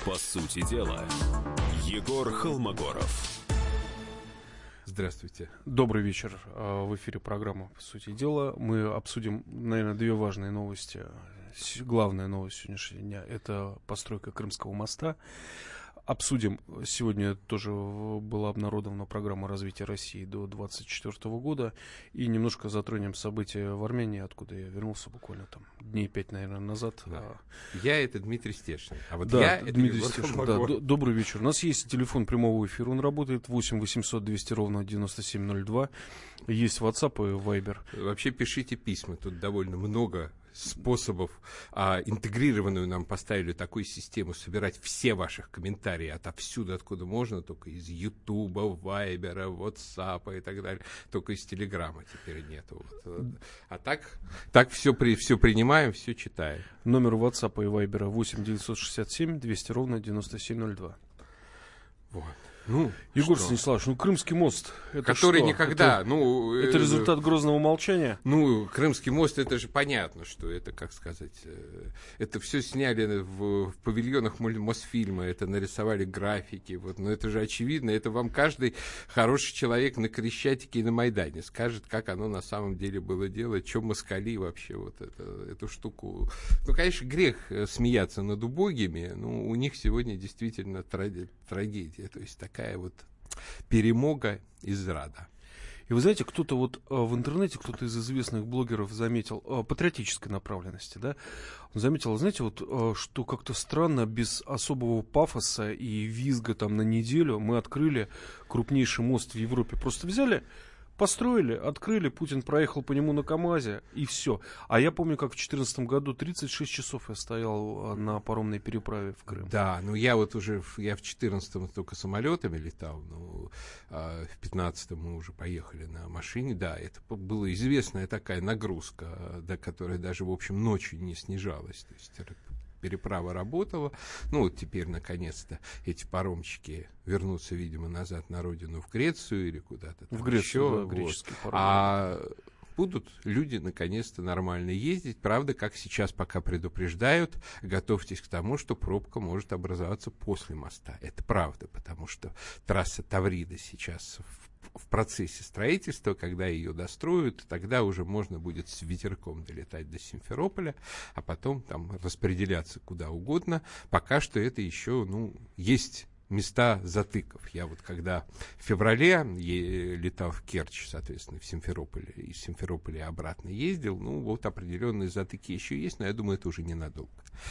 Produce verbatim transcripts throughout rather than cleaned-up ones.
По сути дела, Егор Холмогоров. Здравствуйте. Добрый вечер. В эфире программа «По сути дела». Мы обсудим, наверное, две важные новости. Главная новость сегодняшнего дня – это постройка Крымского моста. Обсудим, сегодня тоже была обнародована программа развития России до двадцать четвёртого года. И немножко затронем события в Армении, откуда я вернулся буквально там дней пять, наверное, назад. Да. Я это Дмитрий Стешин. А вот да, я это Дмитрий Егор Стешин. Холмогоров. Да, добрый вечер. У нас есть телефон прямого эфира, он работает восемь восемьсот двести ровно девяносто семь ноль два. Есть WhatsApp и Viber. Вообще пишите письма, тут довольно много способов. А, интегрированную нам поставили такую систему собирать все ваших комментарии отовсюду, откуда можно, только из Ютуба, Вайбера, Ватсапа и так далее. Только из Телеграма теперь нету. Вот. А так, так все, при, все принимаем, все читаем. Номер WhatsApp и Viber восемь девятьсот шестьдесят семь двести ровно девяносто семь ноль два. Вот. Ну, Егор что? Станиславович, ну Крымский мост, это который что? никогда, это, ну... Это результат грозного молчания? Ну, Крымский мост, это же понятно, что это, как сказать, э, это все сняли в, в павильонах Мосфильма, это нарисовали графики, вот, но это же очевидно, это вам каждый хороший человек на Крещатике и на Майдане скажет, как оно на самом деле было делать, что москали вообще вот это, эту штуку. Ну, конечно, грех смеяться над убогими, но у них сегодня действительно трагедия, то есть такая вот перемога из рада. И вы знаете, кто-то вот э, в интернете, кто-то из известных блогеров заметил, э, патриотической направленности, да, он заметил, знаете, вот, э, что как-то странно, без особого пафоса и визга там на неделю мы открыли крупнейший мост в Европе. Просто взяли, построили, открыли, Путин проехал по нему на КамАЗе, и все. А я помню, как в две тысячи четырнадцатом году тридцать шесть часов я стоял на паромной переправе в Крым. Да, ну я вот уже, я в четырнадцатом только самолетами летал, но а в пятнадцатом мы уже поехали на машине. Да, это была известная такая нагрузка, да, которая даже, в общем, ночью не снижалась. То есть переправа работала. Ну, вот теперь, наконец-то, эти паромчики вернутся, видимо, назад на родину, в Грецию или куда-то там в Грецию, еще. да, греческий вот. паром. А будут люди, наконец-то, нормально ездить. Правда, как сейчас пока предупреждают, готовьтесь к тому, что пробка может образоваться после моста. Это правда, потому что трасса Таврида сейчас в в процессе строительства, когда ее достроят, тогда уже можно будет с ветерком долетать до Симферополя, а потом там распределяться куда угодно. Пока что это еще, ну, есть места затыков. Я вот когда в феврале летал в Керчь, соответственно, в Симферополе, из Симферополя обратно ездил, ну, вот определенные затыки еще есть, но я думаю, это уже ненадолго.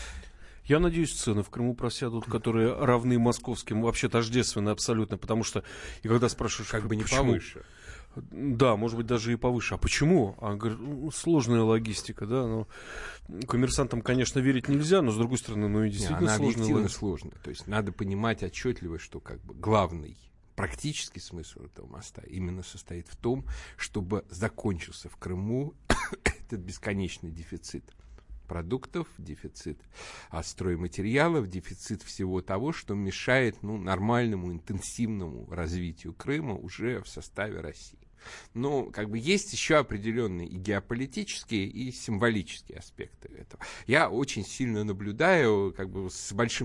Я надеюсь, цены в Крыму просядут, которые равны московским, вообще тождественны абсолютно, потому что, и когда спрашиваешь, как бы не почему? повыше. Да, может быть, даже и повыше. А почему? А, говорят, ну, сложная логистика, да, но коммерсантам, конечно, верить нельзя, но, с другой стороны, ну, и действительно Не, она сложная объективно логистика. сложная. То есть надо понимать отчетливо, что как бы главный практический смысл этого моста именно состоит в том, чтобы закончился в Крыму этот бесконечный дефицит продуктов, дефицит а, стройматериалов, дефицит всего того, что мешает, ну, нормальному, интенсивному развитию Крыма уже в составе России. Но как бы есть еще определенные и геополитические, и символические аспекты этого. Я очень сильно наблюдаю, как бы с большим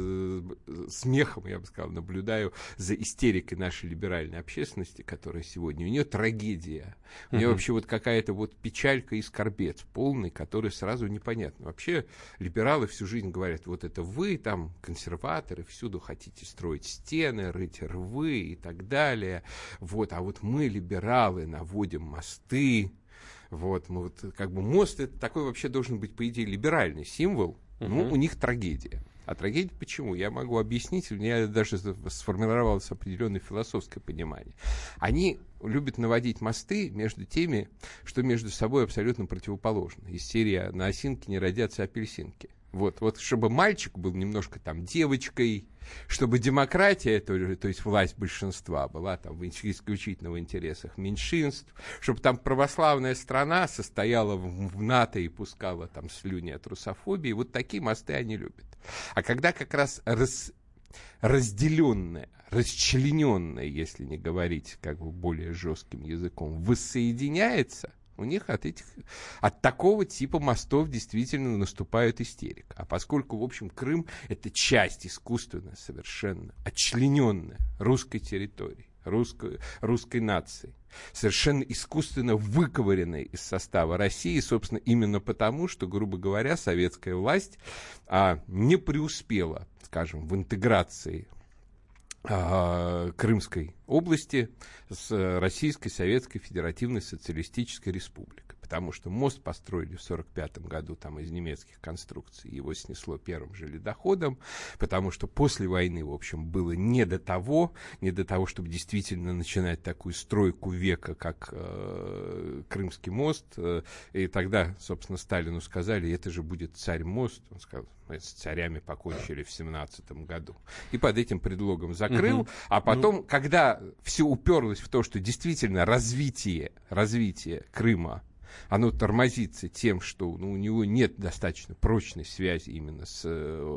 смехом, я бы сказал, наблюдаю за истерикой нашей либеральной общественности, которая сегодня, у нее трагедия. У нее uh-huh. вообще вот какая-то вот печалька и скорбец полный, который сразу непонятно. Вообще либералы всю жизнь говорят, вот это вы там, консерваторы, всюду хотите строить стены, рыть рвы и так далее. Вот, а вот мы, либералы, наводим мосты. Вот, мы вот, как бы мост, это такой вообще должен быть, по идее, либеральный символ. Uh-huh. Ну, у них трагедия. А трагедия почему? Я могу объяснить, у меня даже сформировалось определенное философское понимание. Они любят наводить мосты между теми, что между собой абсолютно противоположно. Из серии «На осинке не родятся апельсинки». Вот, вот, чтобы мальчик был немножко там девочкой, чтобы демократия, то, то есть власть большинства, была там исключительно в интересах меньшинств, чтобы там православная страна состояла в, в НАТО и пускала там слюни от русофобии. Вот такие мосты они любят. А когда как раз раз, разделенная, расчлененная, если не говорить как бы более жестким языком, воссоединяется, У них от этих, от такого типа мостов действительно наступает истерика. А поскольку, в общем, Крым — это часть искусственная, совершенно отчлененная русской территории, русской, русской нации, совершенно искусственно выковыренной из состава России, собственно, именно потому, что, грубо говоря, советская власть а, не преуспела, скажем, в интеграции Крымской области с Российской Советской Федеративной Социалистической Республикой. Потому что мост построили в сорок пятом году там, из немецких конструкций, его снесло первым же ледоходом, потому что после войны, в общем, было не до того, не до того, чтобы действительно начинать такую стройку века, как э, Крымский мост. И тогда, собственно, Сталину сказали, это же будет царь-мост. Он сказал, мы с царями покончили в семнадцатом году. И под этим предлогом закрыл. Угу. А потом, ну... когда все уперлось в то, что действительно развитие, развитие Крыма, оно тормозится тем, что ну, у него нет достаточно прочной связи именно с,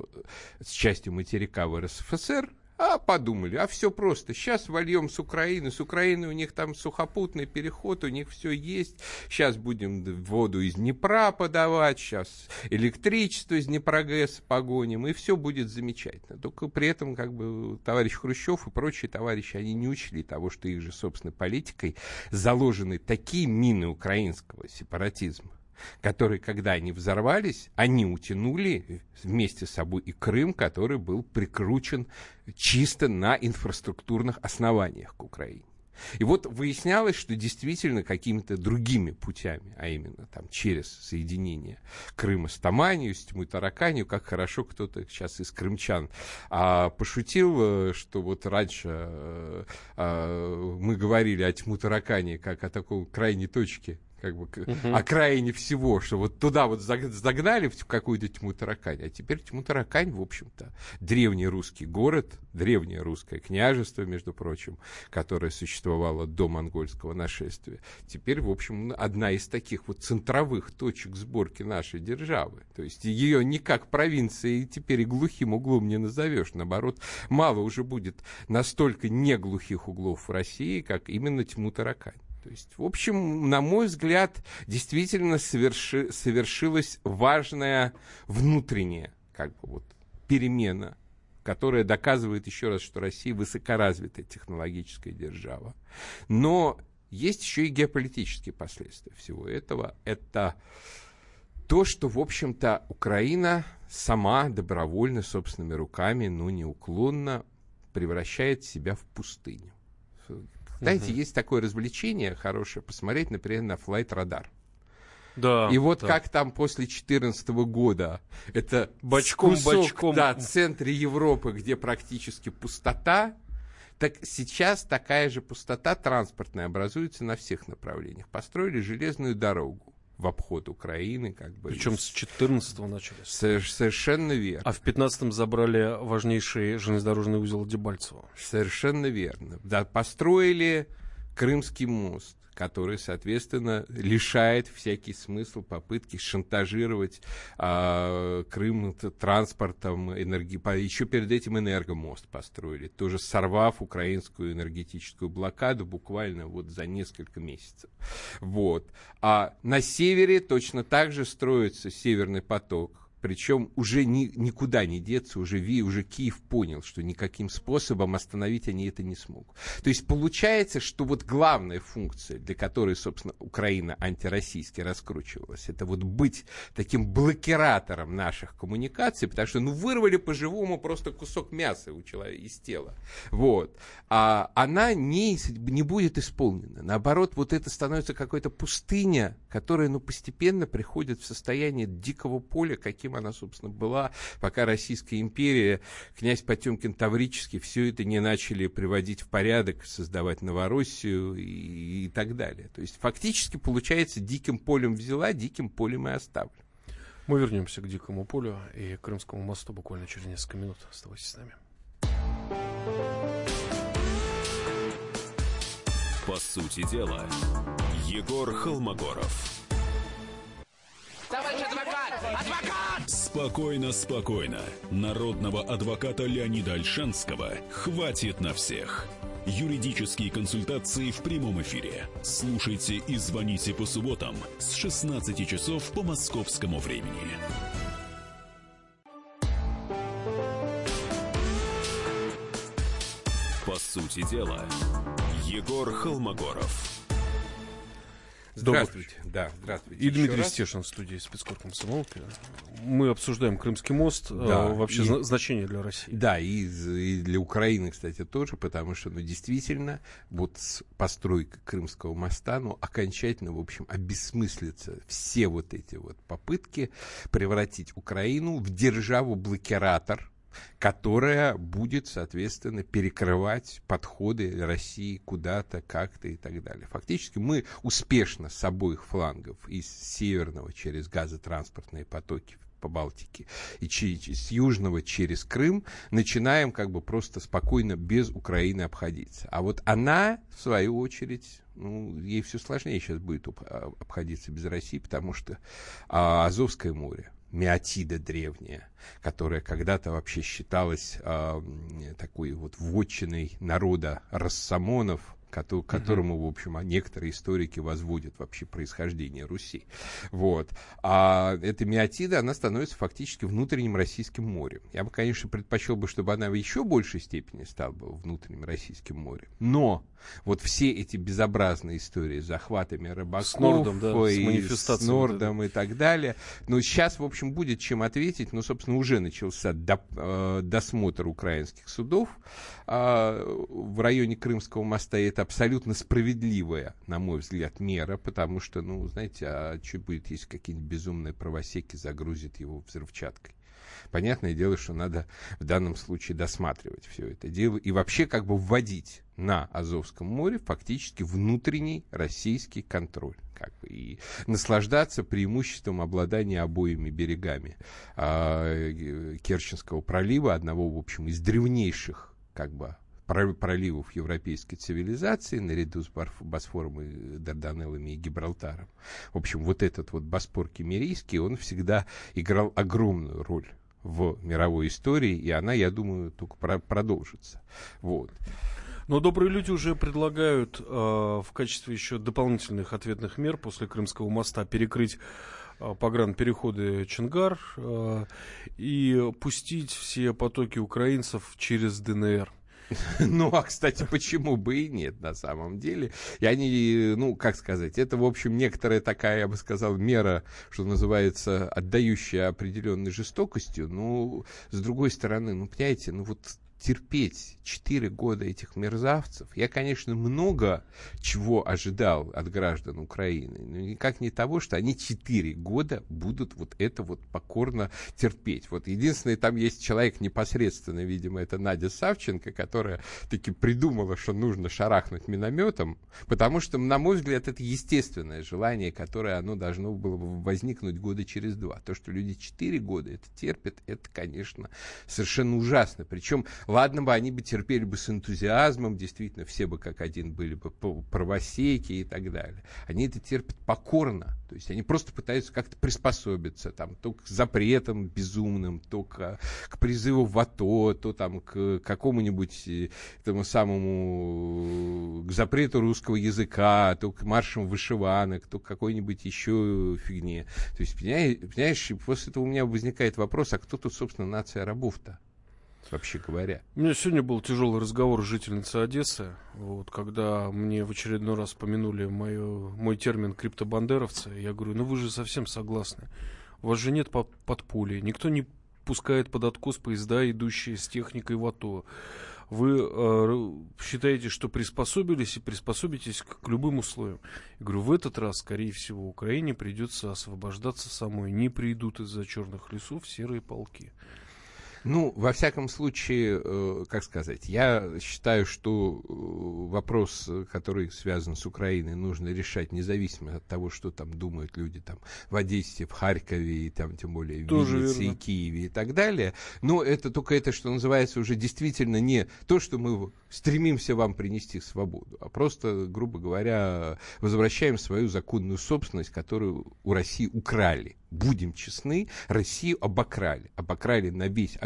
с частью материка в эр эс эф эс эр, а подумали, а все просто, сейчас вольем с Украины, с Украины у них там сухопутный переход, у них все есть, сейчас будем воду из Днепра подавать, сейчас электричество из Днепрогэса погоним, и все будет замечательно. Только при этом как бы товарищ Хрущев и прочие товарищи, они не учли того, что их же собственной политикой заложены такие мины украинского сепаратизма, которые, когда они взорвались, они утянули вместе с собой и Крым, который был прикручен чисто на инфраструктурных основаниях к Украине. И вот выяснялось, что действительно какими-то другими путями, а именно там через соединение Крыма с Таманью, с Тьму-Тараканью, как хорошо кто-то сейчас из крымчан а, пошутил, что вот раньше а, а, мы говорили о Тьму-Таракане как о такой крайней точке, как бы uh-huh. окраине всего, что вот туда вот загнали в какую-то Тьму-Таракань, а теперь Тьму-Таракань, в общем-то, древний русский город, древнее русское княжество, между прочим, которое существовало до монгольского нашествия, теперь, в общем, одна из таких вот центровых точек сборки нашей державы. То есть ее никак провинцией теперь и глухим углом не назовешь, наоборот, мало уже будет настолько не глухих углов в России, как именно Тьму-Таракань. То есть, в общем, на мой взгляд, действительно соверши, совершилась важная внутренняя как бы, вот, перемена, которая доказывает еще раз, что Россия высокоразвитая технологическая держава. Но есть еще и геополитические последствия всего этого. Это то, что, в общем-то, Украина сама добровольно, собственными руками, но неуклонно превращает себя в пустыню. Знаете, uh-huh. есть такое развлечение хорошее, посмотреть, например, на Flight Radar. Да, и вот да. как там после две тысячи четырнадцатого года, это бочком, кусок, бочком. Да, в центре Европы, где практически пустота, так сейчас такая же пустота транспортная образуется на всех направлениях. Построили железную дорогу в обход Украины. Как бы, причем с четырнадцатого начали. Совершенно верно. А в пятнадцатом забрали важнейший железнодорожный узел Дебальцево. Совершенно верно. Да, построили Крымский мост, который, соответственно, лишает всякий смысл попытки шантажировать а, Крым транспортом, энерги... еще перед этим энергомост построили, тоже сорвав украинскую энергетическую блокаду буквально вот за несколько месяцев. Вот. А на севере точно так же строится Северный поток. Причем уже ни, никуда не деться, уже, Ви, уже Киев понял, что никаким способом остановить они это не смогут. То есть получается, что вот главная функция, для которой, собственно, Украина антироссийски раскручивалась, это вот быть таким блокиратором наших коммуникаций, потому что ну, вырвали по-живому просто кусок мяса у человека из тела. Вот. А она не, не будет исполнена. Наоборот, вот это становится какой-то пустыня, которая ну, постепенно приходит в состояние дикого поля, каким она, собственно, была, пока Российская империя, князь Потемкин Таврический, все это не начали приводить в порядок, создавать Новороссию и, и так далее. То есть, фактически, получается, диким полем взяла, диким полем и оставлю. Мы вернемся к Дикому полю и Крымскому мосту буквально через несколько минут. Оставайтесь с нами. По сути дела, Егор Холмогоров. Товарищ адвокат! Адвокат! Спокойно, спокойно. Народного адвоката Леонида Ольшанского хватит на всех. Юридические консультации в прямом эфире. Слушайте и звоните по субботам с шестнадцати часов по московскому времени. По сути дела, Егор Холмогоров. Здравствуйте. Да, здравствуйте. И Дмитрий Стешин в студии «Спецкор комсомолки». Мы обсуждаем Крымский мост, да, э, вообще и, значение для России. Да, и, и для Украины, кстати, тоже, потому что, ну, действительно, вот с постройкой Крымского моста, ну, окончательно, в общем, обессмыслятся все вот эти вот попытки превратить Украину в державу-блокиратор, которая будет, соответственно, перекрывать подходы России куда-то, как-то и так далее. Фактически мы успешно с обоих флангов, из северного через газотранспортные потоки по Балтике и с южного через Крым, начинаем как бы просто спокойно без Украины обходиться. А вот она, в свою очередь, ну, ей все сложнее сейчас будет обходиться без России, потому что а, Азовское море, Меотида древняя, которая когда-то вообще считалась э, такой вот вотчиной народа рассамонов, ко- которому, uh-huh. в общем, некоторые историки возводят вообще происхождение Руси. Вот. А эта Меотида, она становится фактически внутренним российским морем. Я бы, конечно, предпочел бы, чтобы она в еще большей степени стала бы внутренним российским морем. Но вот все эти безобразные истории с захватами рыбаков, с Нордом, да, и с, с Нордом и так далее. Но сейчас, в общем, будет чем ответить. Ну, собственно, уже начался до, э, досмотр украинских судов э, в районе Крымского моста. И это абсолютно справедливая, на мой взгляд, мера, потому что, ну, знаете, а что будет, если какие-нибудь безумные правосеки загрузят его взрывчаткой? Понятное дело, что надо в данном случае досматривать все это дело и вообще как бы вводить на Азовском море фактически внутренний российский контроль. Как бы, и наслаждаться преимуществом обладания обоими берегами э, Керченского пролива, одного, в общем, из древнейших, как бы, проливов европейской цивилизации, наряду с Босфором и Дарданеллами и Гибралтаром. В общем, вот этот вот Боспор Киммерийский, он всегда играл огромную роль в мировой истории, и она, я думаю, только про- продолжится. Вот. Но добрые люди уже предлагают э, в качестве еще дополнительных ответных мер после Крымского моста перекрыть э, погранпереходы Чонгар э, и пустить все потоки украинцев через ДНР. Ну, а, кстати, почему бы и нет, на самом деле. И они, ну, как сказать, это, в общем, некоторая такая, я бы сказал, мера, что называется, отдающая определенной жестокостью. Ну, с другой стороны, ну, понимаете, ну, вот терпеть четыре года этих мерзавцев. Я, конечно, много чего ожидал от граждан Украины, но никак не того, что они четыре года будут вот это вот покорно терпеть. Вот единственное, там есть человек непосредственно, видимо, это Надя Савченко, которая таки придумала, что нужно шарахнуть минометом, потому что, на мой взгляд, это естественное желание, которое оно должно было возникнуть года через два. То, что люди четыре года это терпят, это, конечно, совершенно ужасно. Причем ладно бы, они бы терпели бы с энтузиазмом, действительно, все бы как один были бы правосеки и так далее. Они это терпят покорно, то есть они просто пытаются как-то приспособиться, там, то к запретам безумным, то к, к призыву в АТО, то там к какому-нибудь этому самому, к запрету русского языка, то к маршам вышиванок, то к какой-нибудь еще фигне. То есть, понимаешь, после этого у меня возникает вопрос, а кто тут, собственно, нация рабов-то? Вообще говоря. У меня сегодня был тяжелый разговор с жительницей Одессы, вот, когда мне в очередной раз помянули мою, мой термин криптобандеровцы. Я говорю, ну вы же совсем согласны. У вас же нет под, подполья, никто не пускает под откос поезда, идущие с техникой в АТО. Вы э, считаете, что приспособились и приспособитесь к, к любым условиям. Я говорю, в этот раз, скорее всего, Украине придется освобождаться самой. Не придут из-за черных лесов серые полки. Ну, во всяком случае, э, как сказать, я считаю, что э, вопрос, который связан с Украиной, нужно решать независимо от того, что там думают люди там в Одессе, в Харькове, и там, тем более в Виннице и Киеве и так далее. Но это только это, что называется, уже действительно не то, что мы стремимся вам принести свободу, а просто, грубо говоря, возвращаем свою законную собственность, которую у России украли. Будем честны, Россию обокрали. Обокрали на весь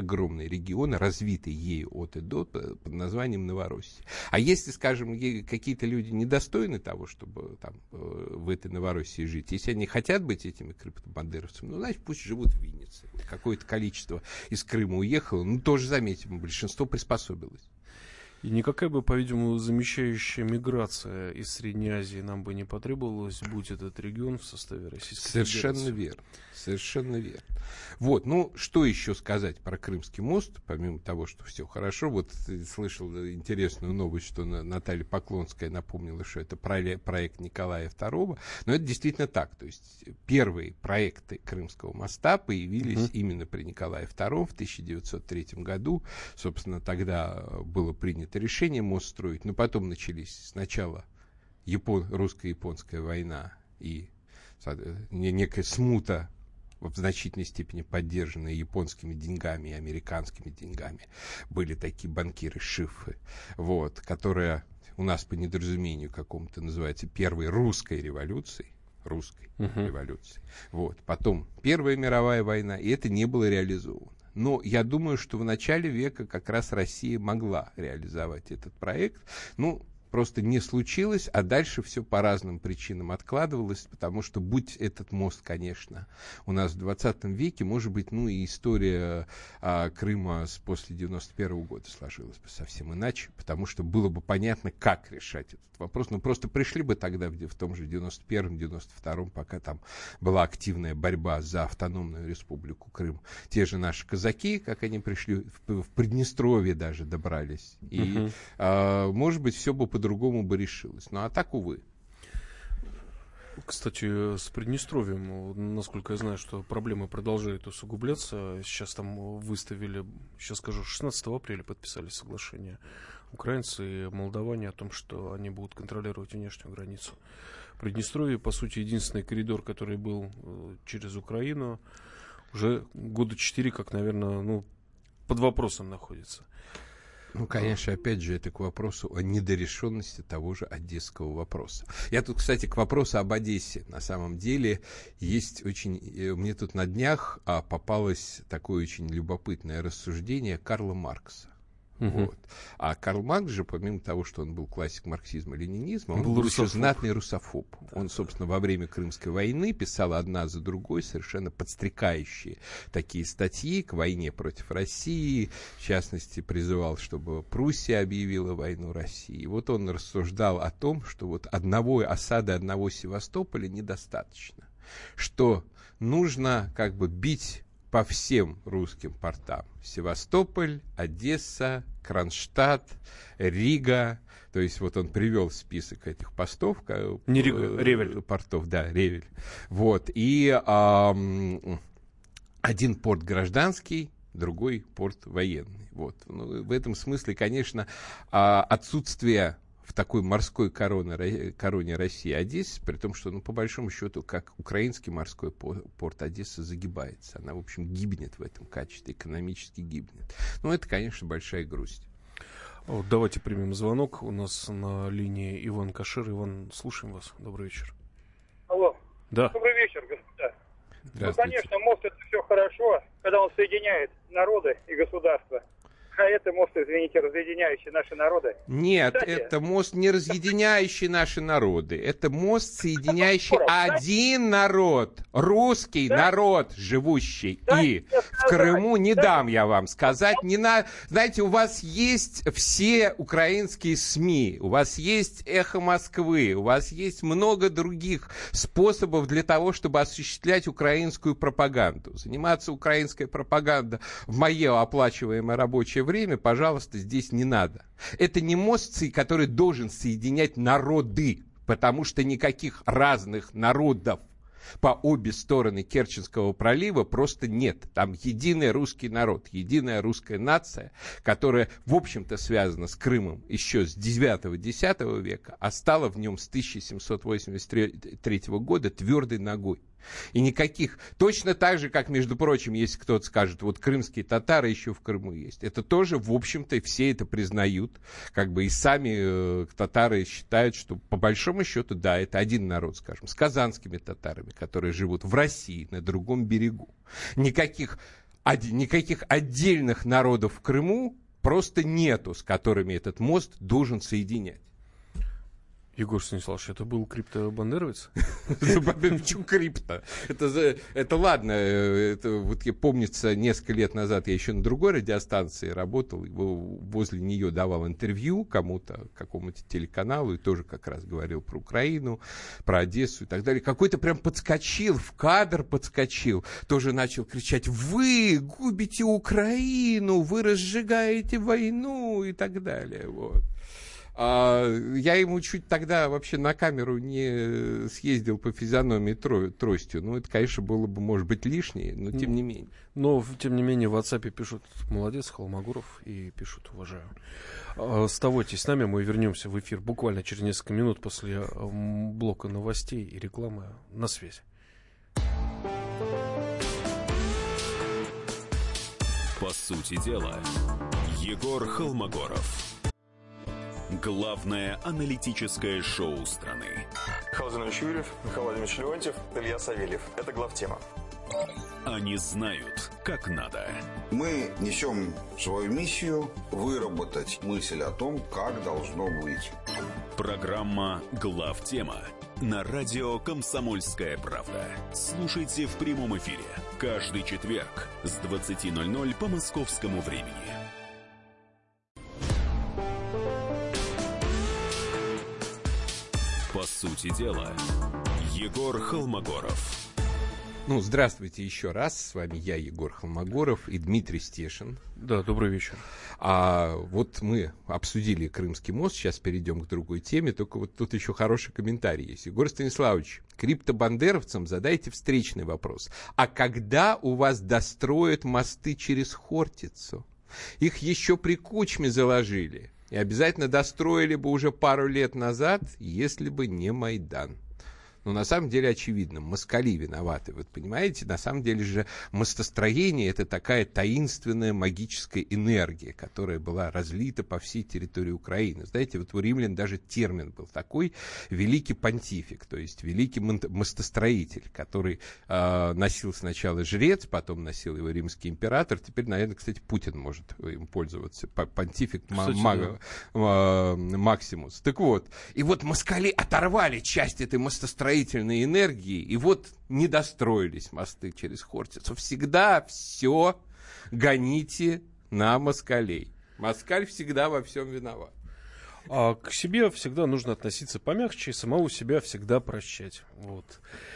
огромный регион, развитый ею от и до, под названием Новороссия. А если, скажем, какие-то люди недостойны того, чтобы там, в этой Новороссии жить, если они хотят быть этими крымско-бандеровцами, ну, значит, пусть живут в Виннице. Какое-то количество из Крыма уехало, ну, тоже, заметим, большинство приспособилось. И никакая бы, по-видимому, замещающая миграция из Средней Азии нам бы не потребовалась, будь этот регион в составе Российской Совершенно Федерации. верно. Совершенно верно. Вот, ну, что еще сказать про Крымский мост, помимо того, что все хорошо. Вот слышал интересную новость, что Наталья Поклонская напомнила, что это проект Николая второго. Но это действительно так. То есть первые проекты Крымского моста появились mm-hmm. именно при Николае втором в тысяча девятьсот третьем году. Собственно, тогда было принято решение мост строить. Но потом начались сначала Япон... русско-японская война и некая смута, в значительной степени поддержанные японскими деньгами и американскими деньгами. Были такие банкиры Шифы, вот, которые у нас по недоразумению какому-то называются первой русской революцией. Русской uh-huh. революцией. Вот. Потом Первая мировая война, и это не было реализовано. Но я думаю, что в начале века как раз Россия могла реализовать этот проект. Ну, просто не случилось, а дальше все по разным причинам откладывалось, потому что, будь этот мост, конечно, у нас в двадцатом веке, может быть, ну и история а, Крыма с, после девяносто первого года сложилась бы совсем иначе, потому что было бы понятно, как решать этот вопрос. Ну, просто пришли бы тогда в, в том же девяносто первом девяносто втором, пока там была активная борьба за автономную республику Крым. Те же наши казаки, как они пришли, в, в Приднестровье даже добрались. И, uh-huh. а, может быть, все бы по-другому бы решилось. Ну, а так, увы. Кстати, с Приднестровьем, насколько я знаю, что проблемы продолжают усугубляться. Сейчас там выставили, сейчас скажу, шестнадцатого апреля подписали соглашение украинцы и молдаване о том, что они будут контролировать внешнюю границу Приднестровья. По сути, единственный коридор, который был через Украину, уже года четыре, как, наверное, ну, под вопросом находится. Ну, конечно, опять же, это к вопросу о недорешенности того же одесского вопроса. Я тут, кстати, к вопросу об Одессе. На самом деле, есть очень... Мне тут на днях а, попалось такое очень любопытное рассуждение Карла Маркса. Uh-huh. Вот. А Карл Маркс же, помимо того, что он был классик марксизма-ленинизма, он был, был еще знатный русофоб. Он, собственно, во время Крымской войны писал одна за другой совершенно подстрекающие такие статьи к войне против России. В частности, призывал, чтобы Пруссия объявила войну России. И вот он рассуждал о том, что вот одного осады одного Севастополя недостаточно. Что нужно как бы бить по всем русским портам. Севастополь, Одесса, Кронштадт, Рига. То есть вот он привел список этих постов. Не Рига, Ревель. Портов, да, Ревель. Вот. И э, один порт гражданский, другой порт военный. Вот. Ну, в этом смысле, конечно, отсутствие в такой морской короне, короне России Одессы, при том, что, ну, по большому счету, как украинский морской порт, Одесса загибается. Она, в общем, гибнет в этом качестве, экономически гибнет. Ну, это, конечно, большая грусть. Вот, давайте примем звонок. У нас на линии Иван Кашир. Иван, слушаем вас. Добрый вечер. Алло. Да. Добрый вечер, господа. Ну, конечно, мост — это все хорошо, когда он соединяет народы и государства. А это мост, извините, разъединяющий наши народы. Нет, Кстати, это мост не разъединяющий наши народы. Это мост, соединяющий один народ. Русский да? народ, живущий. Да? И в Крыму, не да? дам я вам сказать. Не на... Знаете, у вас есть все украинские СМИ. У вас есть «Эхо Москвы». У вас есть много других способов для того, чтобы осуществлять украинскую пропаганду. Заниматься украинской пропагандой в мое оплачиваемое рабочее время, пожалуйста, здесь не надо. Это не мост, который должен соединять народы, потому что никаких разных народов по обе стороны Керченского пролива просто нет. Там единый русский народ, единая русская нация, которая, в общем-то, связана с Крымом еще с девятого-десятого века, а стала в нем с тысяча семьсот восемьдесят третьего года твердой ногой. И никаких, точно так же, как, между прочим, если кто-то скажет, вот крымские татары еще в Крыму есть. Это тоже, в общем-то, все это признают, как бы и сами э, татары считают, что по большому счету, да, это один народ, скажем, с казанскими татарами, которые живут в России, на другом берегу. Никаких Один, никаких отдельных народов в Крыму просто нету, с которыми этот мост должен соединять. Егор Станиславович, это был крипто-бандеровец? Почему крипто? Это, это ладно, это, вот я помнится, несколько лет назад я еще на другой радиостанции работал, возле нее давал интервью кому-то, какому-то телеканалу, и тоже как раз говорил про Украину, про Одессу и так далее. Какой-то прям подскочил, в кадр подскочил, тоже начал кричать: вы губите Украину, вы разжигаете войну и так далее, вот. А, я ему чуть тогда вообще на камеру не съездил по физиономии тро, тростью. Ну, это, конечно, было бы, может быть, лишнее, но тем не менее. Но, тем не менее, в WhatsApp пишут: молодец, Холмогоров, и пишут: уважаю. Оставайтесь с нами, мы вернемся в эфир буквально через несколько минут после блока новостей и рекламы. На связи. По сути дела, Егор Холмогоров. Главное аналитическое шоу страны. Михаил Владимирович Юрьев, Михаил Владимирович Леонтьев, Илья Савельев. Это главтема. Они знают, как надо. Мы несем свою миссию выработать мысль о том, как должно быть. Программа «Главтема» на радио «Комсомольская правда». Слушайте в прямом эфире каждый четверг с двадцати ноль-ноль по московскому времени. По сути дела, Егор Холмогоров. Ну, здравствуйте еще раз. С вами я, Егор Холмогоров, и Дмитрий Стешин. Да, добрый вечер. А вот мы обсудили Крымский мост, сейчас перейдем к другой теме, только вот тут еще хороший комментарий есть. Егор Станиславович, криптобандеровцам задайте встречный вопрос. А когда у вас достроят мосты через Хортицу? Их еще при Кучме заложили. И обязательно достроили бы уже пару лет назад, если бы не Майдан. Но на самом деле очевидно, москали виноваты. Вы понимаете, на самом деле же мостостроение — это такая таинственная магическая энергия, которая была разлита по всей территории Украины. Знаете, вот у римлян даже термин был такой — великий понтифик, то есть великий мостостроитель, который э, носил сначала жрец, потом носил его римский император. Теперь, наверное, кстати, Путин может им пользоваться. Понтифик кстати, ма- ма- э, Максимус. Так вот, и вот москали оторвали часть этой мостостроения энергии, и вот не достроились мосты через Хортицу. Всегда все гоните на москалей. Москаль всегда во всем виноват. А к себе всегда нужно относиться помягче и самого себя всегда прощать. Вот.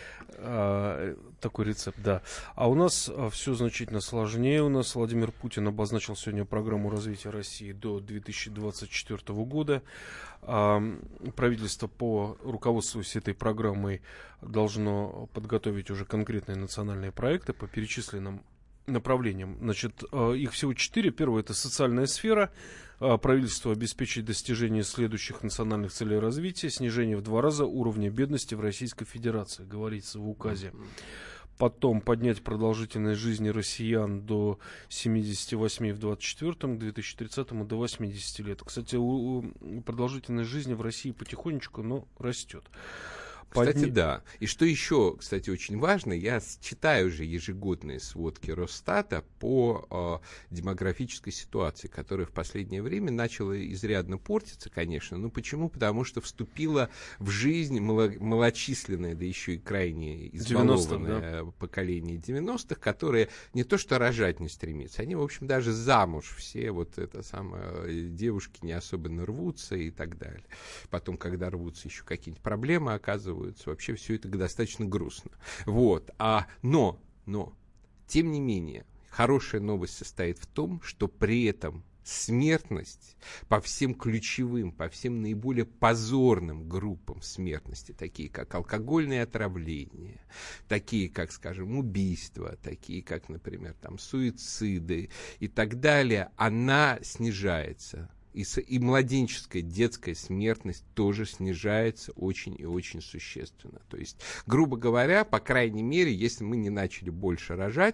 А, такой рецепт, да. А у нас а, все значительно сложнее. У нас Владимир Путин обозначил сегодня программу развития России до две тысячи двадцать четвёртого года. А, правительство, по руководствуясь этой программой, должно подготовить уже конкретные национальные проекты по перечисленным направлениям. Значит, их всего четыре. Первое — это социальная сфера. Правительство обеспечит достижение следующих национальных целей развития: снижение в два раза уровня бедности в Российской Федерации, говорится в указе. Потом поднять продолжительность жизни россиян до семидесяти восьми в двадцать четвёртом, к две тысячи тридцатому до восьмидесяти лет. Кстати, у, у продолжительность жизни в России потихонечку, но растет. Кстати, Подня... да. И что еще, кстати, очень важно, я читаю уже ежегодные сводки Росстата по э, демографической ситуации, которая в последнее время начала изрядно портиться, конечно. Ну, почему? Потому что вступило в жизнь мало, малочисленное, да еще и крайне избалованное да? поколение девяностых, которое не то что рожать не стремится, они, в общем, даже замуж все, вот это самое, девушки не особенно рвутся и так далее. Потом, когда рвутся, еще какие-нибудь проблемы оказываются. Вообще все это достаточно грустно. Вот. А, но, но, тем не менее, хорошая новость состоит в том, что при этом смертность по всем ключевым, по всем наиболее позорным группам смертности, такие как алкогольное отравление, такие как, скажем, убийства, такие как, например, там, суициды и так далее, она снижается. И, и младенческая, детская смертность тоже снижается очень и очень существенно. То есть, грубо говоря, по крайней мере, если мы не начали больше рожать,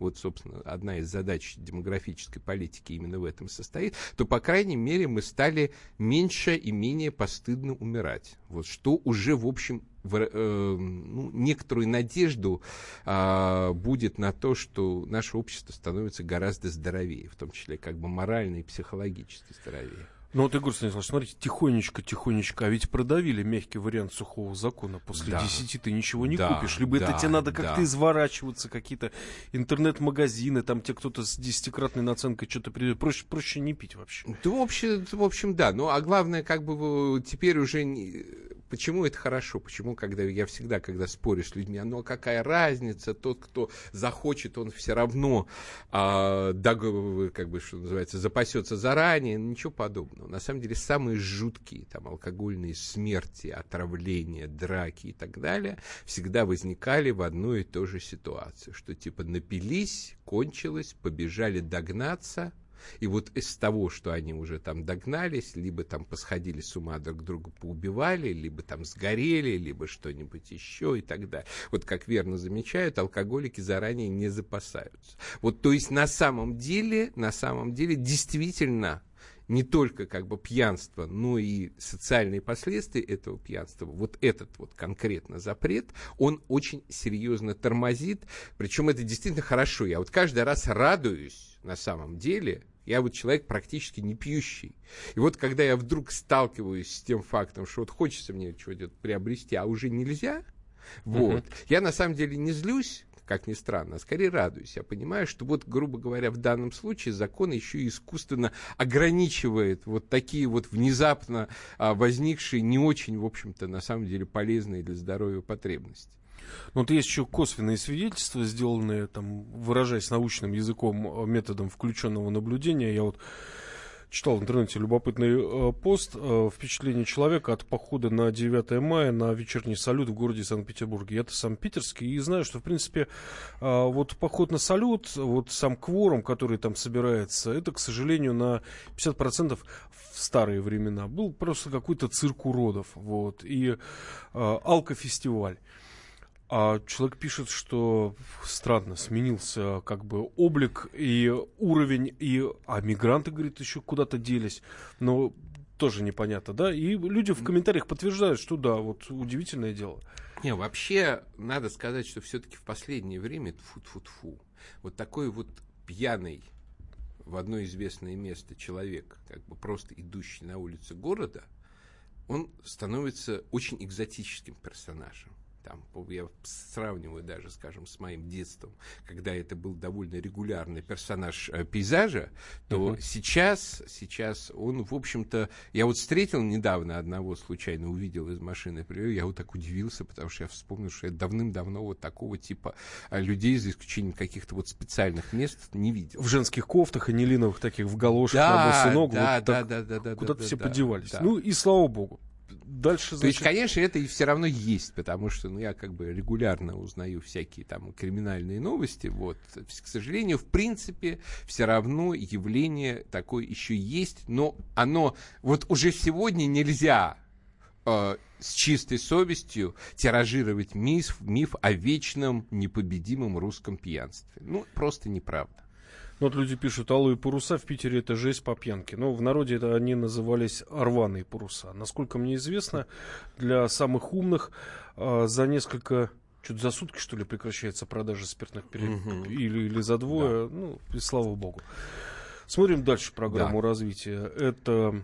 вот, собственно, одна из задач демографической политики именно в этом состоит, то, по крайней мере, мы стали меньше и менее постыдно умирать. Вот, что уже, в общем, в, э, ну, некоторую надежду э, будет на то, что наше общество становится гораздо здоровее, в том числе как бы морально и психологически здоровее. Ну вот, Егор Станиславович, смотрите, тихонечко-тихонечко, а ведь продавили мягкий вариант сухого закона. После да. десяти ты ничего не да, купишь. Либо да, это тебе надо как-то да. изворачиваться, какие-то интернет-магазины, там тебе кто-то с десятикратной наценкой что-то придет. Проще, проще не пить вообще. Да, в общем, в общем, да. Ну, а главное, как бы теперь уже... Не... Почему это хорошо? Почему, когда я всегда, когда спорю с людьми, ну, а какая разница? Тот, кто захочет, он все равно, а, дог... как бы, что называется, запасется заранее. Ничего подобного. На самом деле, самые жуткие там, алкогольные смерти, отравления, драки и так далее всегда возникали в одной и той же ситуации. Что типа напились, кончилось, побежали догнаться. И вот из того, что они уже там догнались, либо там посходили с ума друг друга, поубивали, либо там сгорели, либо что-нибудь еще и так далее. Вот как верно замечают, алкоголики заранее не запасаются. Вот, то есть на самом деле, на самом деле действительно не только как бы пьянство, но и социальные последствия этого пьянства, вот этот вот конкретно запрет, он очень серьезно тормозит, причем это действительно хорошо. Я вот каждый раз радуюсь на самом деле. Я вот человек практически не пьющий. И вот когда я вдруг сталкиваюсь с тем фактом, что вот хочется мне чего-то приобрести, а уже нельзя, вот, uh-huh. я на самом деле не злюсь, как ни странно, а скорее радуюсь. Я понимаю, что вот, грубо говоря, в данном случае закон еще и искусственно ограничивает вот такие вот внезапно а, возникшие, не очень, в общем-то, на самом деле полезные для здоровья потребности. Ну, вот есть еще косвенные свидетельства, сделанные, там, выражаясь научным языком, методом включенного наблюдения. Я вот читал в интернете любопытный э, пост, э, впечатление человека от похода на девятое мая на вечерний салют в городе Санкт-Петербурге. Я-то сам питерский и знаю, что, в принципе, э, вот поход на салют, вот сам кворум, который там собирается, это, к сожалению, на пятьдесят процентов в старые времена был просто какой-то цирк уродов. Вот, и э, алкофестиваль. А человек пишет, что странно, сменился как бы облик и уровень, и, а мигранты, говорит, еще куда-то делись. Но тоже непонятно, да? И люди в комментариях подтверждают, что да, вот удивительное дело. Не, вообще, надо сказать, что все-таки в последнее время, тьфу-тьфу-тьфу, вот такой вот пьяный в одно известное место человек, как бы просто идущий на улице города, он становится очень экзотическим персонажем. Там, я сравниваю даже, скажем, с моим детством, когда это был довольно регулярный персонаж э, пейзажа, то uh-huh. сейчас, сейчас он, в общем-то, я вот встретил недавно одного, случайно увидел из машины, я вот так удивился, потому что я вспомнил, что я давным-давно вот такого типа людей, за исключением каких-то вот специальных мест, не видел. В женских кофтах и нелиновых таких, в галошах, да, на босу ногу, да, вот да, так, да, да, да, куда-то да, все да, подевались. Да. Ну и слава богу. Дальше, значит... То есть, конечно, это и все равно есть, потому что ну, я как бы регулярно узнаю всякие там криминальные новости. Вот. К сожалению, в принципе, все равно явление такое еще есть, но оно вот уже сегодня нельзя э, с чистой совестью тиражировать миф, миф о вечном непобедимом русском пьянстве. Ну, просто неправда. Ну, вот люди пишут, алые паруса в Питере — это жесть по пьянке. Но в народе это они назывались рваные паруса. Насколько мне известно, для самых умных а, за несколько, что-то за сутки, что ли, прекращается продажа спиртных пере... угу. или, или за двое. Да. Ну, и слава богу. Смотрим дальше программу да. развития. Это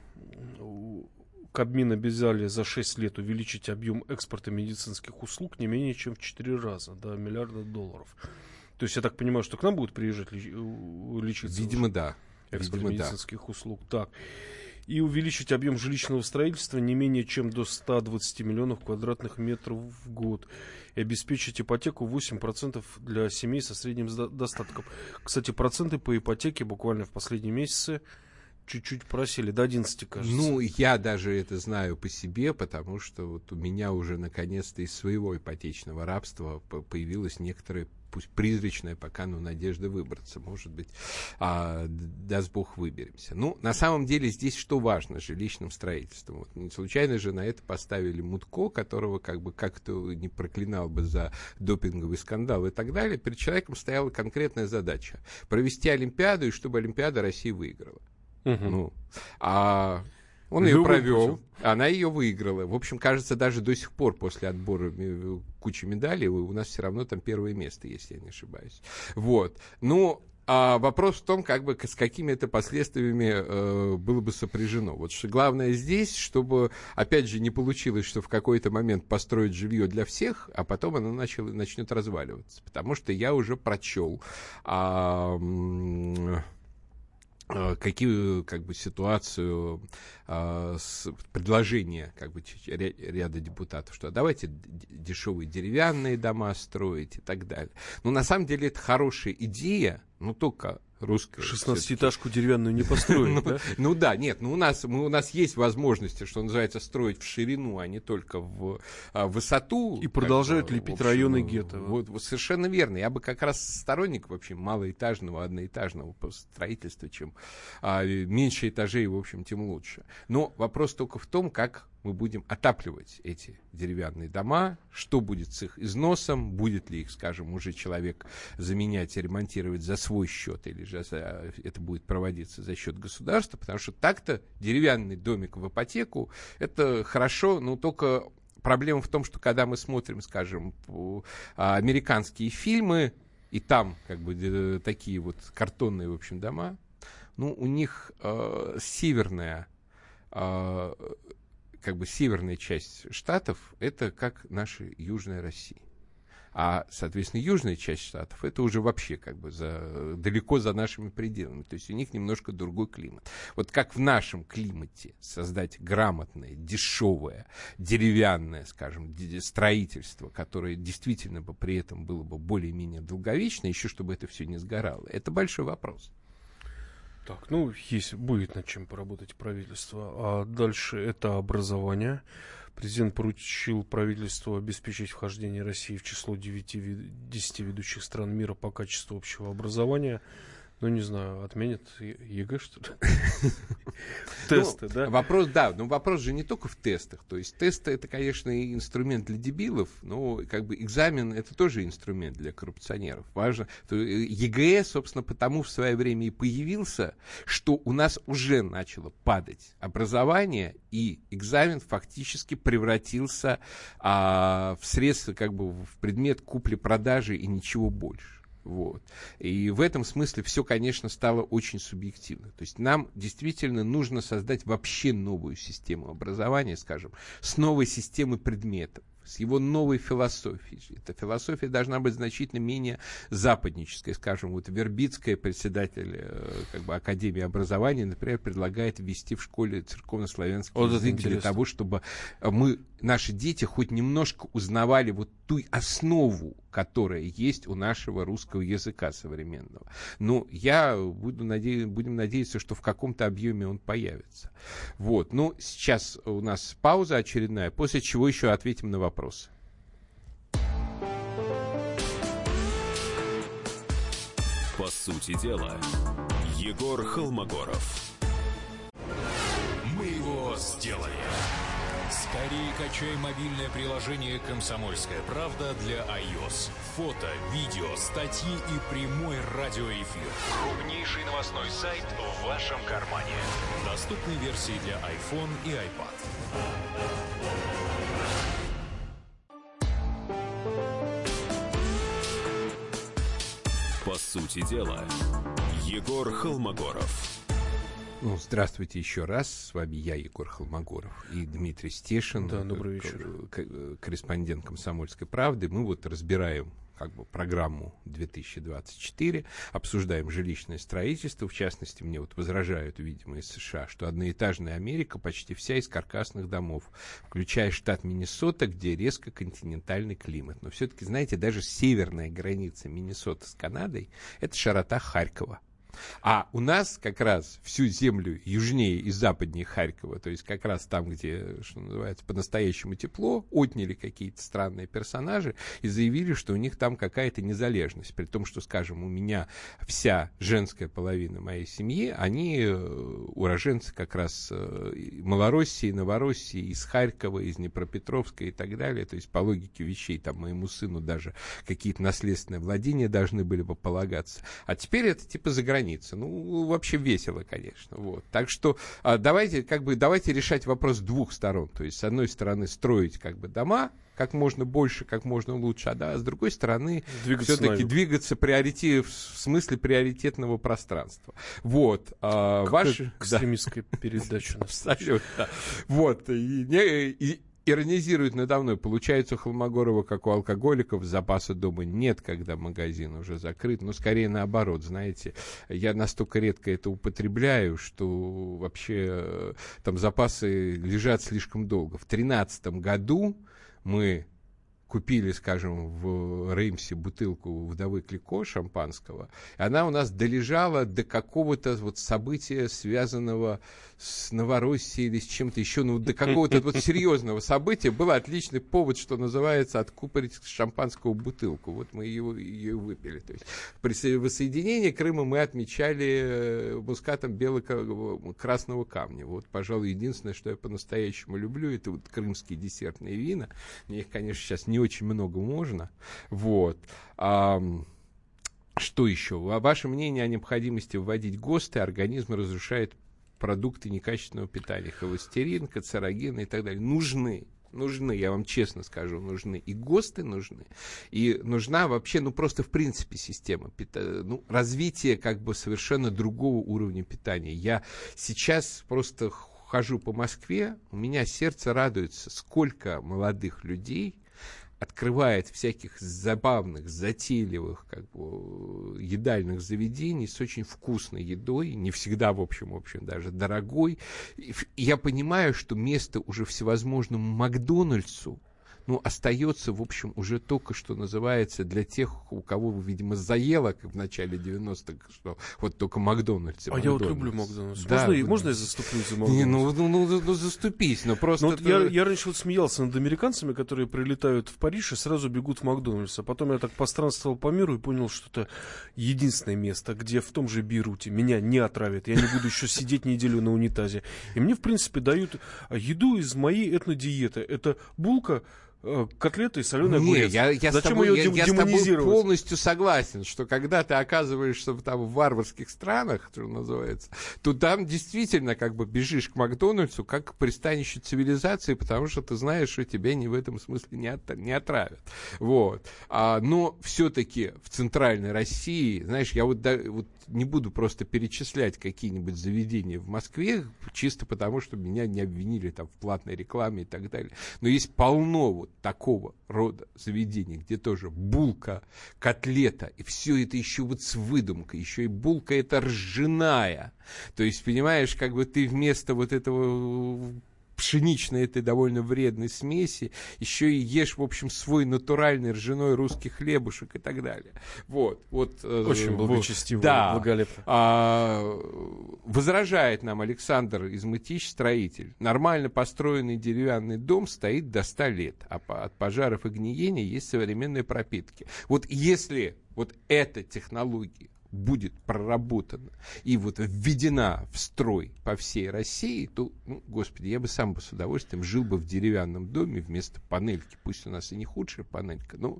Кабмин обязали за шесть лет увеличить объем экспорта медицинских услуг не менее чем в четыре раза, до миллиарда долларов. То есть, я так понимаю, что к нам будут приезжать лечиться? Видимо, да. Экспорт Видимо, медицинских да. услуг. Так. И увеличить объем жилищного строительства не менее чем до ста двадцати миллионов квадратных метров в год. И обеспечить ипотеку восемь процентов для семей со средним достатком. Кстати, проценты по ипотеке буквально в последние месяцы чуть-чуть просели, до одиннадцати, кажется. Ну, я даже это знаю по себе, потому что вот у меня уже наконец-то из своего ипотечного рабства появилась некоторая, пусть призрачная пока, но надежда выбраться. Может быть, а, даст Бог, выберемся. Ну, на самом деле здесь что важно с жилищным строительством? Вот, не случайно же на это поставили Мутко, которого как бы как-то не проклинал бы за допинговый скандал и так далее. Перед человеком стояла конкретная задача — провести Олимпиаду, и чтобы Олимпиада России выиграла. Угу. Ну, а он ее провел, она ее выиграла. В общем, кажется, даже до сих пор после отбора кучи медалей у нас все равно там первое место, если я не ошибаюсь. Вот. Ну, а вопрос в том, как бы, с какими это последствиями э, было бы сопряжено. Вот что главное здесь, чтобы, опять же, не получилось, что в какой-то момент построить жилье для всех, а потом оно начало, начнет разваливаться. Потому что я уже прочел... А, какие, как бы, ситуацию, э, с, предложения, как бы, ряда депутатов, что давайте дешевые деревянные дома строить и так далее. Но на самом деле это хорошая идея, но только русская. шестнадцатиэтажку деревянную не построить, ну, да? Ну да, нет, ну у нас, мы, у нас есть возможности, что называется, строить в ширину, а не только в а, высоту. И продолжают лепить общем, районы гетто. Вот, вот совершенно верно. Я бы как раз сторонник вообще малоэтажного, одноэтажного строительства, чем а, меньше этажей, в общем, тем лучше. Но вопрос только в том, как мы будем отапливать эти деревянные дома, что будет с их износом, будет ли их, скажем, уже человек заменять и ремонтировать за свой счет, или же за, это будет проводиться за счет государства, потому что так-то деревянный домик в ипотеку — это хорошо, но только проблема в том, что когда мы смотрим, скажем, американские фильмы, и там как бы такие вот картонные, в общем, дома, ну, у них э, северная э, как бы северная часть штатов — это как наша Южная Россия. А, соответственно, южная часть штатов — это уже вообще как бы за, далеко за нашими пределами. То есть у них немножко другой климат. Вот как в нашем климате создать грамотное, дешевое, деревянное, скажем, строительство, которое действительно бы при этом было бы более-менее долговечно, еще чтобы это все не сгорало, это большой вопрос. Так, ну, есть, будет над чем поработать правительство. А дальше это образование. Президент поручил правительству обеспечить вхождение России в число девяти-десяти ведущих стран мира по качеству общего образования. Ну, не знаю, отменят ЕГЭ, что ли? Тесты, да? Вопрос, да, но вопрос же не только в тестах. То есть тесты — это, конечно, и инструмент для дебилов, но как бы экзамен — это тоже инструмент для коррупционеров. Важно. ЕГЭ, собственно, потому в свое время и появился, что у нас уже начало падать образование, и экзамен фактически превратился а, в средство, как бы в предмет купли-продажи и ничего больше. Вот. И в этом смысле все, конечно, стало очень субъективно. То есть нам действительно нужно создать вообще новую систему образования, скажем, с новой системой предметов, с его новой философией. Эта философия должна быть значительно менее западнической. Скажем, вот Вербицкая, председатель как бы, Академии образования, например, предлагает ввести в школе церковно-славянский вот язык для того, чтобы мы, наши дети хоть немножко узнавали вот ту основу, которая есть у нашего русского языка современного. Ну, я буду наде... будем надеяться, что в каком-то объеме он появится. Вот. Ну, сейчас у нас пауза очередная, после чего еще ответим на вопросы. По сути дела, Егор Холмогоров. Мы его сделали. Скорее качай мобильное приложение «Комсомольская правда» для iOS. Фото, видео, статьи и прямой радиоэфир. Крупнейший новостной сайт в вашем кармане. Доступны версии для iPhone и iPad. По сути дела, Егор Холмогоров. Ну, здравствуйте еще раз. С вами я, Егор Холмогоров, и Дмитрий Стешин, да, добрый вечер. Корреспондент «Комсомольской правды». Мы вот разбираем как бы программу две тысячи двадцать четыре, обсуждаем жилищное строительство. В частности, мне вот возражают, видимо, из США, что одноэтажная Америка почти вся из каркасных домов, включая штат Миннесота, где резко континентальный климат. Но все-таки, знаете, даже северная граница Миннесоты с Канадой — это широта Харькова. А у нас как раз всю землю южнее и западнее Харькова, то есть как раз там, где, что называется, по-настоящему тепло, отняли какие-то странные персонажи и заявили, что у них там какая-то незалежность. При том, что, скажем, у меня вся женская половина моей семьи, они уроженцы как раз Малороссии, Новороссии, из Харькова, из Днепропетровска и так далее. То есть по логике вещей там моему сыну даже какие-то наследственные владения должны были бы полагаться. А теперь это типа за границей. Ну, вообще весело, конечно. Вот. Так что а, давайте, как бы, давайте решать вопрос с двух сторон. То есть, с одной стороны, строить как бы дома как можно больше, как можно лучше, а да, с другой стороны, двигаться все-таки двигаться приоритет, в смысле приоритетного пространства. Вот. А, ваши... Экстремистская да. передача. Абсолютно. Вот. И, и, иронизирует надо мной. Получается, у Холмогорова, как у алкоголиков, запаса дома нет, когда магазин уже закрыт. Но скорее наоборот, знаете. Я настолько редко это употребляю, что вообще там запасы лежат слишком долго. В тринадцатом году мы купили, скажем, в Реймсе бутылку вдовы Клико шампанского, и она у нас долежала до какого-то вот события, связанного с Новороссией или с чем-то еще, ну, до какого-то вот серьезного события. Был отличный повод, что называется, откупорить шампанского бутылку. Вот мы ее, ее выпили. То есть при воссоединении Крыма мы отмечали мускатом бело-красного камня. Вот, пожалуй, единственное, что я по-настоящему люблю, это вот крымские десертные вина. Мне их, конечно, сейчас не очень много можно. Вот. А, что еще? Ваше мнение о необходимости вводить ГОСТы? Организм разрушает продукты некачественного питания. Холестерин, канцерогены и так далее. Нужны. Нужны, я вам честно скажу, нужны. И ГОСТы нужны. И нужна вообще, ну, просто в принципе система. Ну, развитие как бы совершенно другого уровня питания. Я сейчас просто хожу по Москве, у меня сердце радуется, сколько молодых людей открывает всяких забавных, затейливых, как бы, едальных заведений с очень вкусной едой, не всегда, в общем, в общем, даже дорогой. И я понимаю, что место уже всевозможному Макдональдсу, ну, остается, в общем, уже только, что называется, для тех, у кого, видимо, заело, как в начале девяностых, что вот только Макдональдс. А Макдональдс. я вот люблю Макдональдс. Да, можно, да. можно я заступлюсь за Макдональдс? Не, ну, ну, ну, ну, заступись, но просто... Ну, вот я, я раньше вот смеялся над американцами, которые прилетают в Париж и сразу бегут в Макдональдс. А потом я так постранствовал по миру и понял, что это единственное место, где в том же Бейруте меня не отравят. Я не буду еще сидеть неделю на унитазе. И мне, в принципе, дают еду из моей этнодиеты. Это булка, котлеты и соленый огурец. Не, я, я, Зачем с тобой, ее я, я с тобой демонизировать? полностью согласен, что когда ты оказываешься там в варварских странах, что называется, то там действительно как бы бежишь к Макдональдсу как к пристанищу цивилизации, потому что ты знаешь, что тебя не в этом смысле не, от, не отравят. Вот. А, но все-таки в центральной России, знаешь, я вот, да, вот не буду просто перечислять какие-нибудь заведения в Москве, чисто потому, что меня не обвинили там в платной рекламе и так далее. Но есть полно вот такого рода заведений, где тоже булка, котлета, и все это еще вот с выдумкой, еще и булка эта ржаная. То есть, понимаешь, как бы ты вместо вот этого пшеничной этой довольно вредной смеси еще и ешь, в общем, свой натуральный ржаной русский хлебушек и так далее. Вот. вот Очень благочестиво, да. благолепно. А, возражает нам Александр из Мытищ, строитель. Нормально построенный деревянный дом стоит до ста лет, а от пожаров и гниения есть современные пропитки. Вот если вот эта технология будет проработана и вот введена в строй по всей России, то, ну, господи, я бы сам бы с удовольствием жил бы в деревянном доме вместо панельки. Пусть у нас и не худшая панелька, но...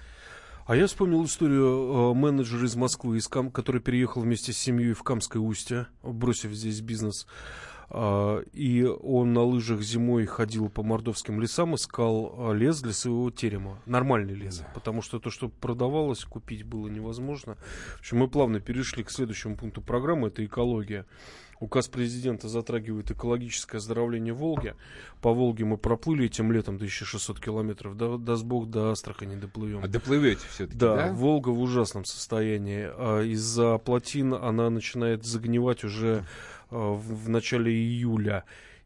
А я вспомнил историю э, менеджера из Москвы, из Кам, который переехал вместе с семьей в Камское устье, бросив здесь бизнес. Uh, и он на лыжах зимой ходил по мордовским лесам, искал uh, лес для своего терема. Нормальный лес. Да. Потому что то, что продавалось, купить было невозможно. В общем, мы плавно перешли к следующему пункту программы. Это экология. Указ президента затрагивает экологическое оздоровление Волги. По Волге мы проплыли этим летом тысяча шестьсот километров. Да, даст Бог, до Астрахани доплывем. А доплывете все-таки, да? Да, Волга в ужасном состоянии. А из-за плотин она начинает загнивать уже в, в начале июля.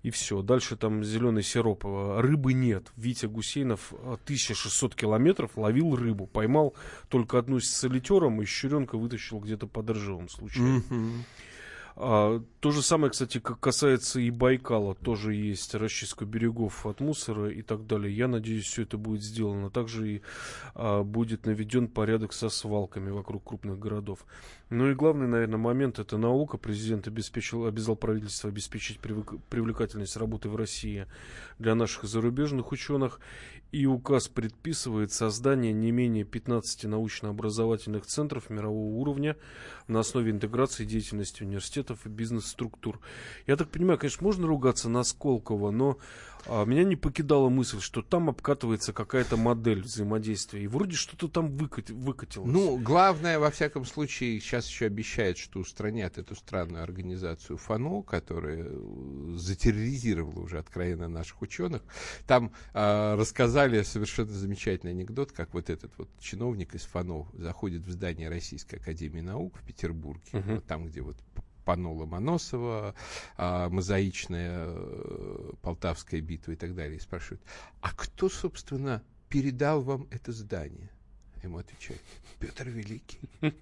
и все. Дальше там зеленый сироп. Рыбы нет. Витя Гусейнов тысяча шестьсот километров ловил рыбу. Поймал только одну с солитером, и щуренка вытащил где-то под Ржевом случае. Mm-hmm. А, то же самое, кстати, как касается и Байкала. Тоже есть расчистка берегов от мусора и так далее. Я надеюсь, все это будет сделано. Также и а, будет наведен порядок со свалками вокруг крупных городов. Ну и главный, наверное, момент — это наука. Президент обеспечил, обязал правительство обеспечить привык, привлекательность работы в России для наших зарубежных ученых. И указ предписывает создание не менее пятнадцати научно-образовательных центров мирового уровня на основе интеграции деятельности университетов и бизнес-структур. Я так понимаю, конечно, можно ругаться на Сколково, но а, меня не покидала мысль, что там обкатывается какая-то модель взаимодействия. И вроде что-то там выкат, выкатилось. Ну, главное, во всяком случае, сейчас еще обещают, что устранят эту странную организацию ФАНО, которая затерроризировала уже откровенно наших ученых. Там а, рассказали совершенно замечательный анекдот, как вот этот вот чиновник из ФАНО заходит в здание Российской академии наук в Петербурге, uh-huh. вот там, где вот Панно Ломоносова, а, мозаичная а, Полтавская битва и так далее, и спрашивают: а кто, собственно, передал вам это здание? Ему отвечают: Петр Великий.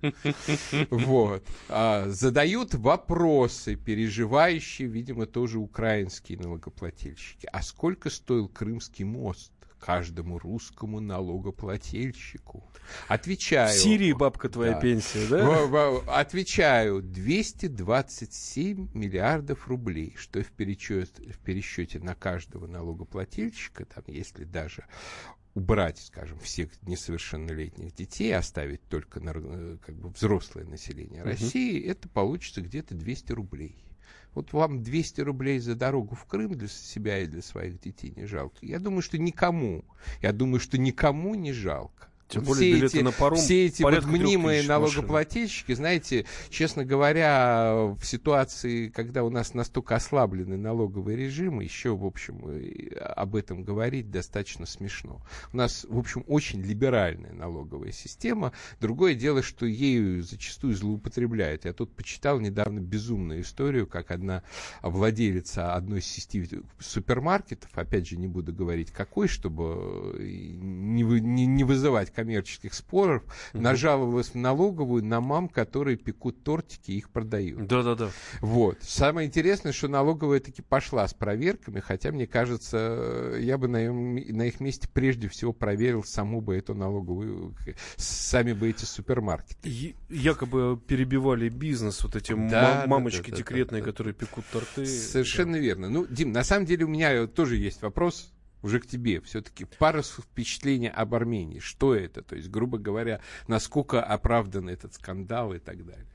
Вот. А, задают вопросы, переживающие, видимо, тоже украинские налогоплательщики. А сколько стоил Крымский мост каждому русскому налогоплательщику? Отвечаю. В Сирии бабка твоя, да, пенсия, да? Отвечаю: двести двадцать семь миллиардов рублей, что в пересчете, в пересчете на каждого налогоплательщика, там, если даже убрать, скажем, всех несовершеннолетних детей, оставить только на, как бы, взрослое население России, uh-huh. это получится где-то двести рублей. Вот вам двести рублей за дорогу в Крым для себя и для своих детей не жалко? Я думаю, что никому. Я думаю, что никому не жалко. Тем вот более все эти, на паром все эти вот мнимые налогоплательщики, машин. Знаете, честно говоря, в ситуации, когда у нас настолько ослаблены налоговые режимы, еще, в общем, об этом говорить достаточно смешно. У нас, в общем, очень либеральная налоговая система. Другое дело, что ею зачастую злоупотребляют. Я тут почитал недавно безумную историю, как одна владелица одной из сетей супермаркетов, опять же, не буду говорить какой, чтобы не, вы, не, не вызывать коммерческих споров, uh-huh. нажаловалась в налоговую на мам, которые пекут тортики и их продают. Да-да-да. Вот. Самое интересное, что налоговая таки пошла с проверками, хотя, мне кажется, я бы на, на их месте прежде всего проверил саму бы эту налоговую, сами бы эти супермаркеты. И, якобы перебивали бизнес вот эти да, мамочки да, да, декретные, да, да, которые да. пекут торты. Совершенно да. верно. Ну, Дим, на самом деле у меня тоже есть вопрос уже к тебе. Все-таки пара впечатлений об Армении. Что это? То есть, грубо говоря, насколько оправдан этот скандал и так далее.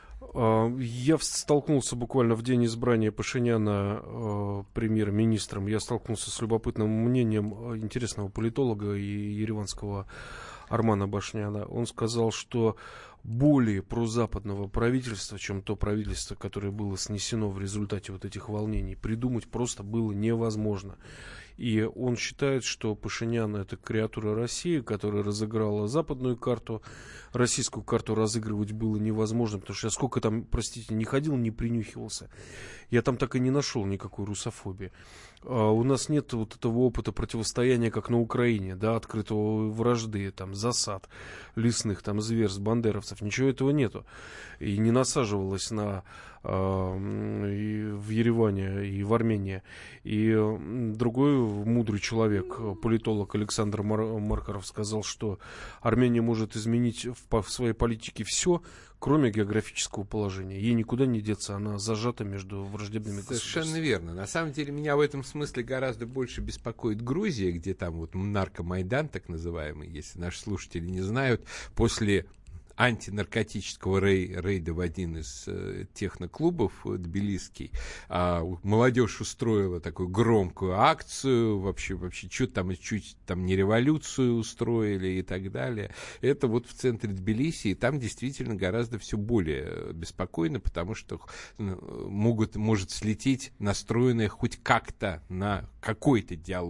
Я столкнулся буквально в день избрания Пашиняна э, премьер-министром. Я столкнулся с любопытным мнением интересного политолога и ереванского Армана Башняна. Он сказал, что более прозападного правительства, чем то правительство, которое было снесено в результате вот этих волнений, придумать просто было невозможно. И он считает, что Пашинян — это креатура России, которая разыграла западную карту. Российскую карту разыгрывать было невозможно, потому что я сколько там, простите, не ходил, не принюхивался. Я там так и не нашел никакой русофобии. А у нас нет вот этого опыта противостояния, как на Украине, да, открытого вражды, там, засад лесных, там, зверств, бандеровцев. Ничего этого нету. И не насаживалось на, э, и в Ереване и в Армении. И другой мудрый человек, политолог Александр Мар- Маркаров, сказал, что Армения может изменить в, в своей политике все, кроме географического положения. Ей никуда не деться, она зажата между враждебными государствами. Совершенно верно. На самом деле меня в этом смысле гораздо больше беспокоит Грузия, где там вот наркомайдан, так называемый, если наши слушатели не знают, после антинаркотического рей, рейда в один из э, техноклубов э, тбилисский, а, молодежь устроила такую громкую акцию, вообще, вообще что-то там, чуть там не революцию устроили и так далее. Это вот в центре Тбилиси, и там действительно гораздо все более беспокойно, потому что могут, может слететь настроенная хоть как-то на какой-то диалог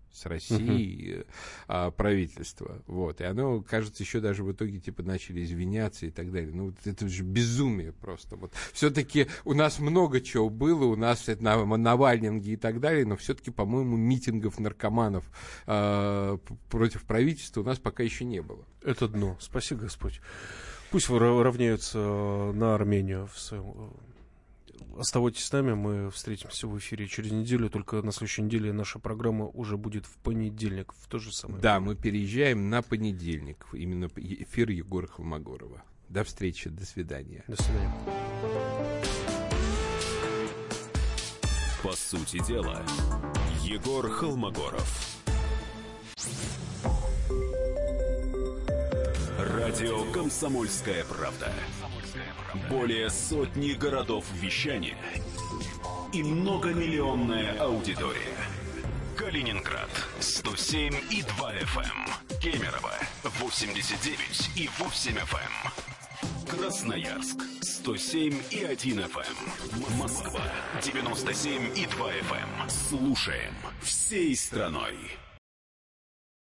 с Россией, uh-huh. правительства. Вот. И оно, кажется, еще даже в итоге типа начали извиняться и так далее. Ну, вот это же безумие просто. Вот. Все-таки у нас много чего было, у нас это на Навальнинге и так далее, но все-таки, по-моему, митингов наркоманов э, против правительства у нас пока еще не было. Это дно. Спаси Господь. Пусть вы равняются на Армению в своем... Оставайтесь с нами, мы встретимся в эфире через неделю, только на следующей неделе наша программа уже будет в понедельник, в то же самое Да, время. Мы переезжаем на понедельник, именно эфир Егора Холмогорова. До встречи, до свидания. До свидания. По сути дела, Егор Холмогоров. Радио «Комсомольская правда». Более сотни городов вещания и многомиллионная аудитория. Калининград сто семь и два эф эм, Кемерово восемьдесят девять и восемь эф эм, Красноярск сто семь и один эф эм, Москва девяносто семь и два эф эм. Слушаем всей страной.